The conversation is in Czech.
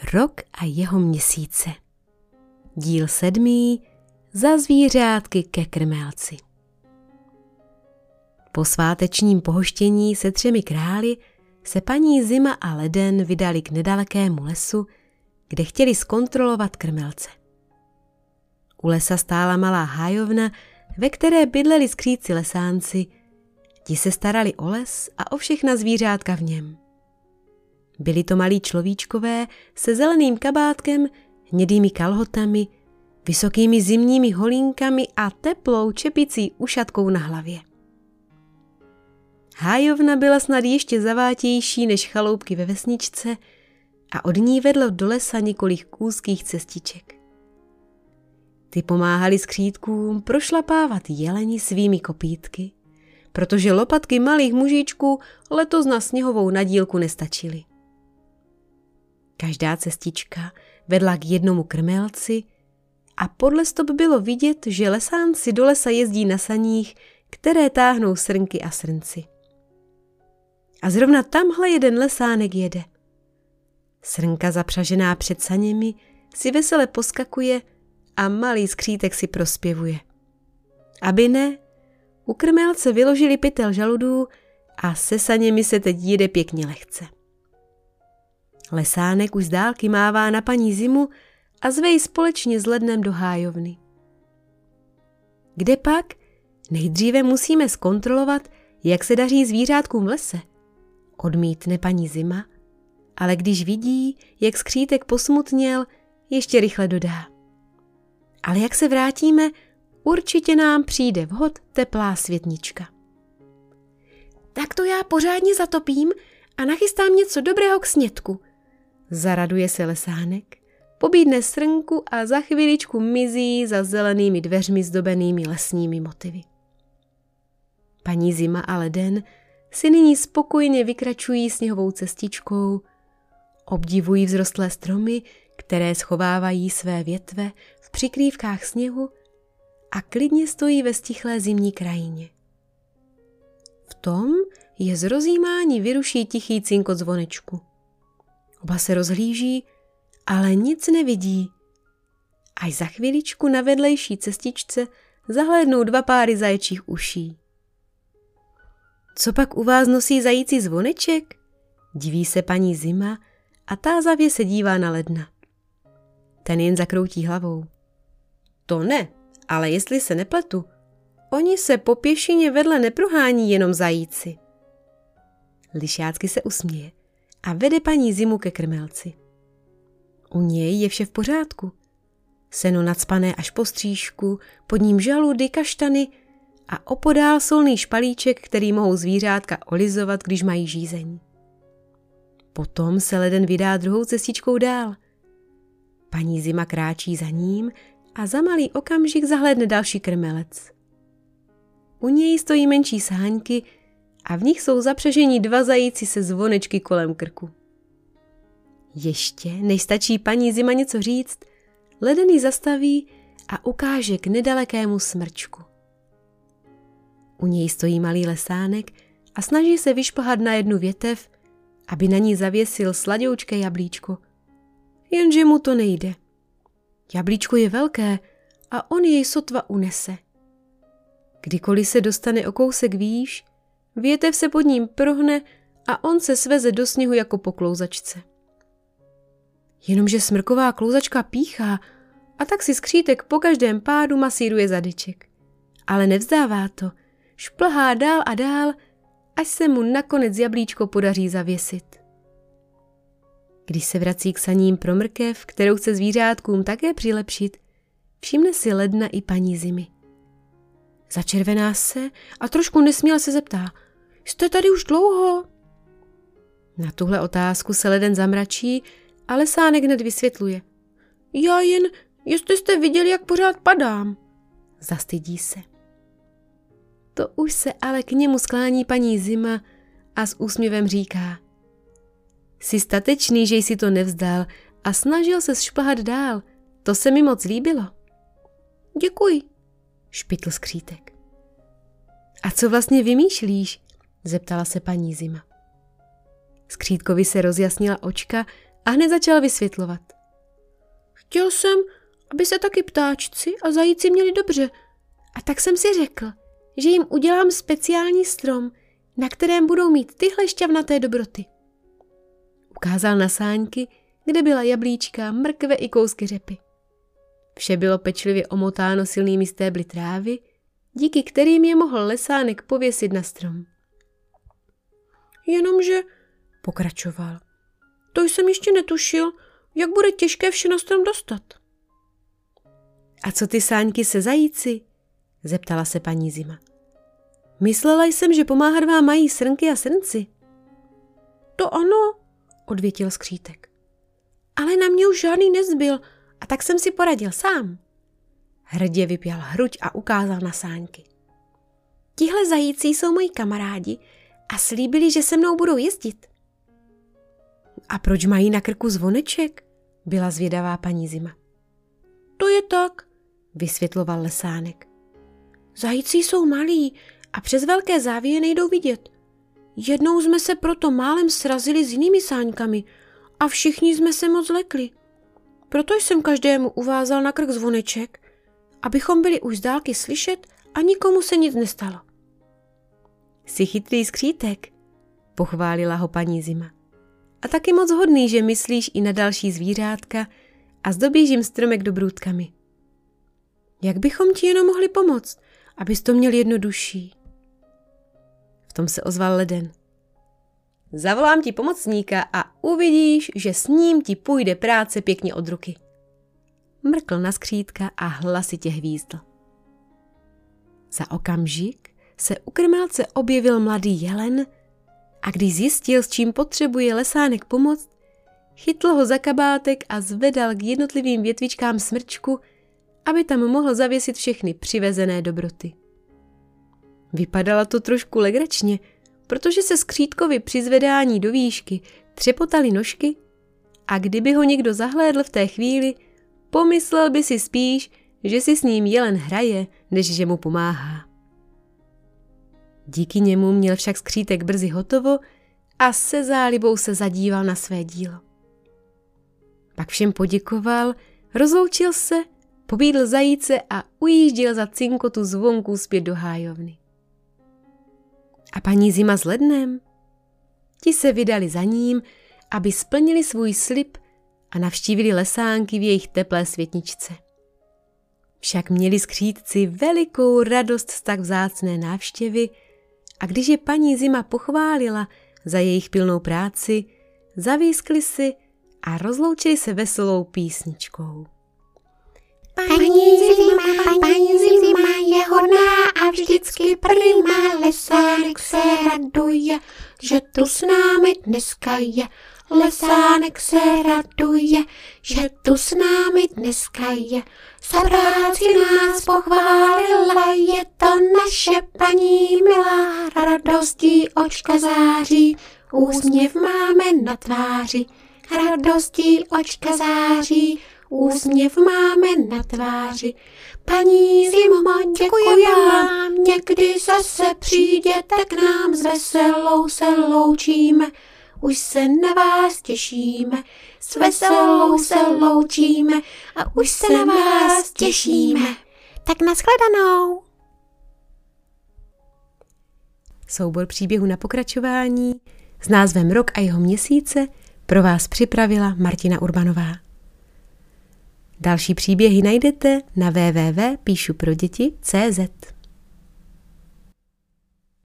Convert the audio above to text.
Rok a jeho měsíce. Díl 7. Za zvířátky ke krmelci. Po svátečním pohoštění se 3 králi se paní Zima a Leden vydali k nedalekému lesu, kde chtěli zkontrolovat krmelce. U lesa stála malá hájovna, ve které bydleli skrýtci lesánci. Ti se starali o les a o všechna zvířátka v něm. Byli to malí človíčkové se zeleným kabátkem, hnědými kalhotami, vysokými zimními holínkami a teplou čepicí ušatkou na hlavě. Hájovna byla snad ještě zavátější než chaloupky ve vesničce a od ní vedlo do lesa několik úzkých cestiček. Ty pomáhali skřítkům prošlapávat jeleni svými kopýtky, protože lopatky malých mužičků letos na sněhovou nadílku nestačily. Každá cestička vedla k jednomu krmelci a podle stop bylo vidět, že lesánci do lesa jezdí na saních, které táhnou srnky a srnci. A zrovna tamhle jeden lesánek jede. Srnka zapřažená před saněmi si vesele poskakuje a malý skřítek si prospěvuje. Aby ne, u krmelce vyložili pytel žaludů a se saněmi se teď jede pěkně lehce. Lesánek už z dálky mává na paní Zimu a zve ji společně s Lednem do hájovny. Kde pak? Nejdříve musíme zkontrolovat, jak se daří zvířátkům v lese. Odmítne paní Zima, ale když vidí, jak skřítek posmutněl, ještě rychle dodá. Ale jak se vrátíme, určitě nám přijde vhod teplá světnička. Tak to já pořádně zatopím a nachystám něco dobrého k snědku. Zaraduje se lesánek, pobídne srnku a za chviličku mizí za zelenými dveřmi zdobenými lesními motivy. Paní Zima a Leden si nyní spokojně vykračují sněhovou cestičkou, obdivují vzrostlé stromy, které schovávají své větve v přikrývkách sněhu a klidně stojí ve stichlé zimní krajině. V tom je z rozjímání vyruší tichý cinkot zvonečku. Oba se rozhlíží, ale nic nevidí. Až za chviličku na vedlejší cestičce zahlédnou 2 páry zaječích uší. Co pak u vás nosí zající zvoneček? Diví se paní Zima a tázavě se dívá na Ledna. Ten jen zakroutí hlavou. To ne, ale jestli se nepletu, oni se po pěšině vedle neprohání jenom zajíci. Lišácky se usměje a vede paní Zimu ke krmelci. U něj je vše v pořádku. Seno nacpané až po střížku, pod ním žaludy, kaštany a opodál solný špalíček, který mohou zvířátka olizovat, když mají žízeň. Potom se Leden vydá druhou cestičkou dál. Paní Zima kráčí za ním a za malý okamžik zahlédne další krmelec. U něj stojí menší sáňky a v nich jsou zapřežení 2 zajíci se zvonečky kolem krku. Ještě, než stačí paní Zima něco říct, Leden ji zastaví a ukáže k nedalekému smrčku. U něj stojí malý lesánek a snaží se vyšplhat na jednu větev, aby na ní zavěsil sladoučké jablíčko. Jenže mu to nejde. Jablíčko je velké a on jej sotva unese. Kdykoliv se dostane o kousek výš, větev se pod ním prohne a on se sveze do sněhu jako po klouzačce. Jenomže smrková klouzačka píchá a tak si skřítek po každém pádu masíruje zadeček. Ale nevzdává to, šplhá dál a dál, až se mu nakonec jablíčko podaří zavěsit. Když se vrací k saním pro mrkev, kterou chce zvířátkům také přilepšit, všimne si Ledna i paní Zimy. Začervená se a trošku nesměle se zeptá: Jste tady už dlouho? Na tuhle otázku se Leden zamračí a lesánek hned vysvětluje: Já jen, jestli jste viděli, jak pořád padám. Zastydí se. To už se ale k němu sklání paní Zima a s úsměvem říká: Jsi statečný, že jsi to nevzdal a snažil se šplhat dál. To se mi moc líbilo. Děkuji, špitl skřítek. A co vlastně vymýšlíš? Zeptala se paní Zima. Skřítkovi se rozjasnila očka a hned začal vysvětlovat. Chtěl jsem, aby se taky ptáčci a zajíci měli dobře, a tak jsem si řekl, že jim udělám speciální strom, na kterém budou mít tyhle šťavnaté dobroty. Ukázal na sáňky, kde byla jablíčka, mrkve i kousky řepy. Vše bylo pečlivě omotáno silnými stébly trávy, díky kterým je mohl lesánek pověsit na strom. Jenomže, pokračoval, to jsem ještě netušil, jak bude těžké vše na strom dostat. A co ty sáňky se zajíci? Zeptala se paní Zima. Myslela jsem, že pomáhat vám mají srnky a srnci. To ano, odvětil skřítek. Ale na mě už žádný nezbyl, a tak jsem si poradil sám. Hrdě vypěl hruď a ukázal na sáňky. Tihle zajíci jsou moji kamarádi a slíbili, že se mnou budou jezdit. A proč mají na krku zvoneček? Byla zvědavá paní Zima. To je tak, vysvětloval lesánek. Zajíci jsou malí a přes velké závěje nejdou vidět. Jednou jsme se proto málem srazili s jinými sáňkami a všichni jsme se moc lekli. Proto jsem každému uvázal na krk zvoneček, abychom byli už z dálky slyšet a nikomu se nic nestalo. Jsi chytrý skřítek, pochválila ho paní Zima. A taky moc hodný, že myslíš i na další zvířátka a zdobíš jim stromek dobrůtkami. Jak bychom ti jenom mohli pomoct, abys to měl jednodušší? V tom se ozval Leden. Zavolám ti pomocníka a uvidíš, že s ním ti půjde práce pěkně od ruky. Mrkl na skřítka a hlasitě hvízdl. Za okamžik se u krmelce objevil mladý jelen a když zjistil, s čím potřebuje lesánek pomoct, chytl ho za kabátek a zvedal k jednotlivým větvičkám smrčku, aby tam mohl zavěsit všechny přivezené dobroty. Vypadalo to trošku legračně, protože se skřítkovi při zvedání do výšky třepotaly nožky a kdyby ho někdo zahlédl v té chvíli, pomyslel by si spíš, že si s ním jelen hraje, než že mu pomáhá. Díky němu měl však skřítek brzy hotovo a se zálibou se zadíval na své dílo. Pak všem poděkoval, rozloučil se, pobídl zajíce a ujížděl za cinkotu zvonků zpět do hájovny. A paní Zima s Lednem? Ti se vydali za ním, aby splnili svůj slib a navštívili lesánky v jejich teplé světničce. Však měli skřítci velikou radost z tak vzácné návštěvy a když je paní Zima pochválila za jejich pilnou práci, zavískli si a rozloučili se veselou písničkou. Paní Zima je hodná a vždycky prýmá, lesánek se raduje, že tu s námi dneska je. Lesánek se raduje, že tu s námi dneska je. Za práci nás pochválila, je to naše paní milá, radostí očka září, úsměv máme na tváři. Radostí očka září, úsměv máme na tváři. Paní Zimo, děkuji vám, někdy zase přijděte k nám, s veselou se loučíme, už se na vás těšíme, s veselou se loučíme a už se na vás těšíme. Tak nashledanou. Soubor příběhu na pokračování s názvem Rok a jeho měsíce pro vás připravila Martina Urbanová. Další příběhy najdete na www.píšuproděti.cz.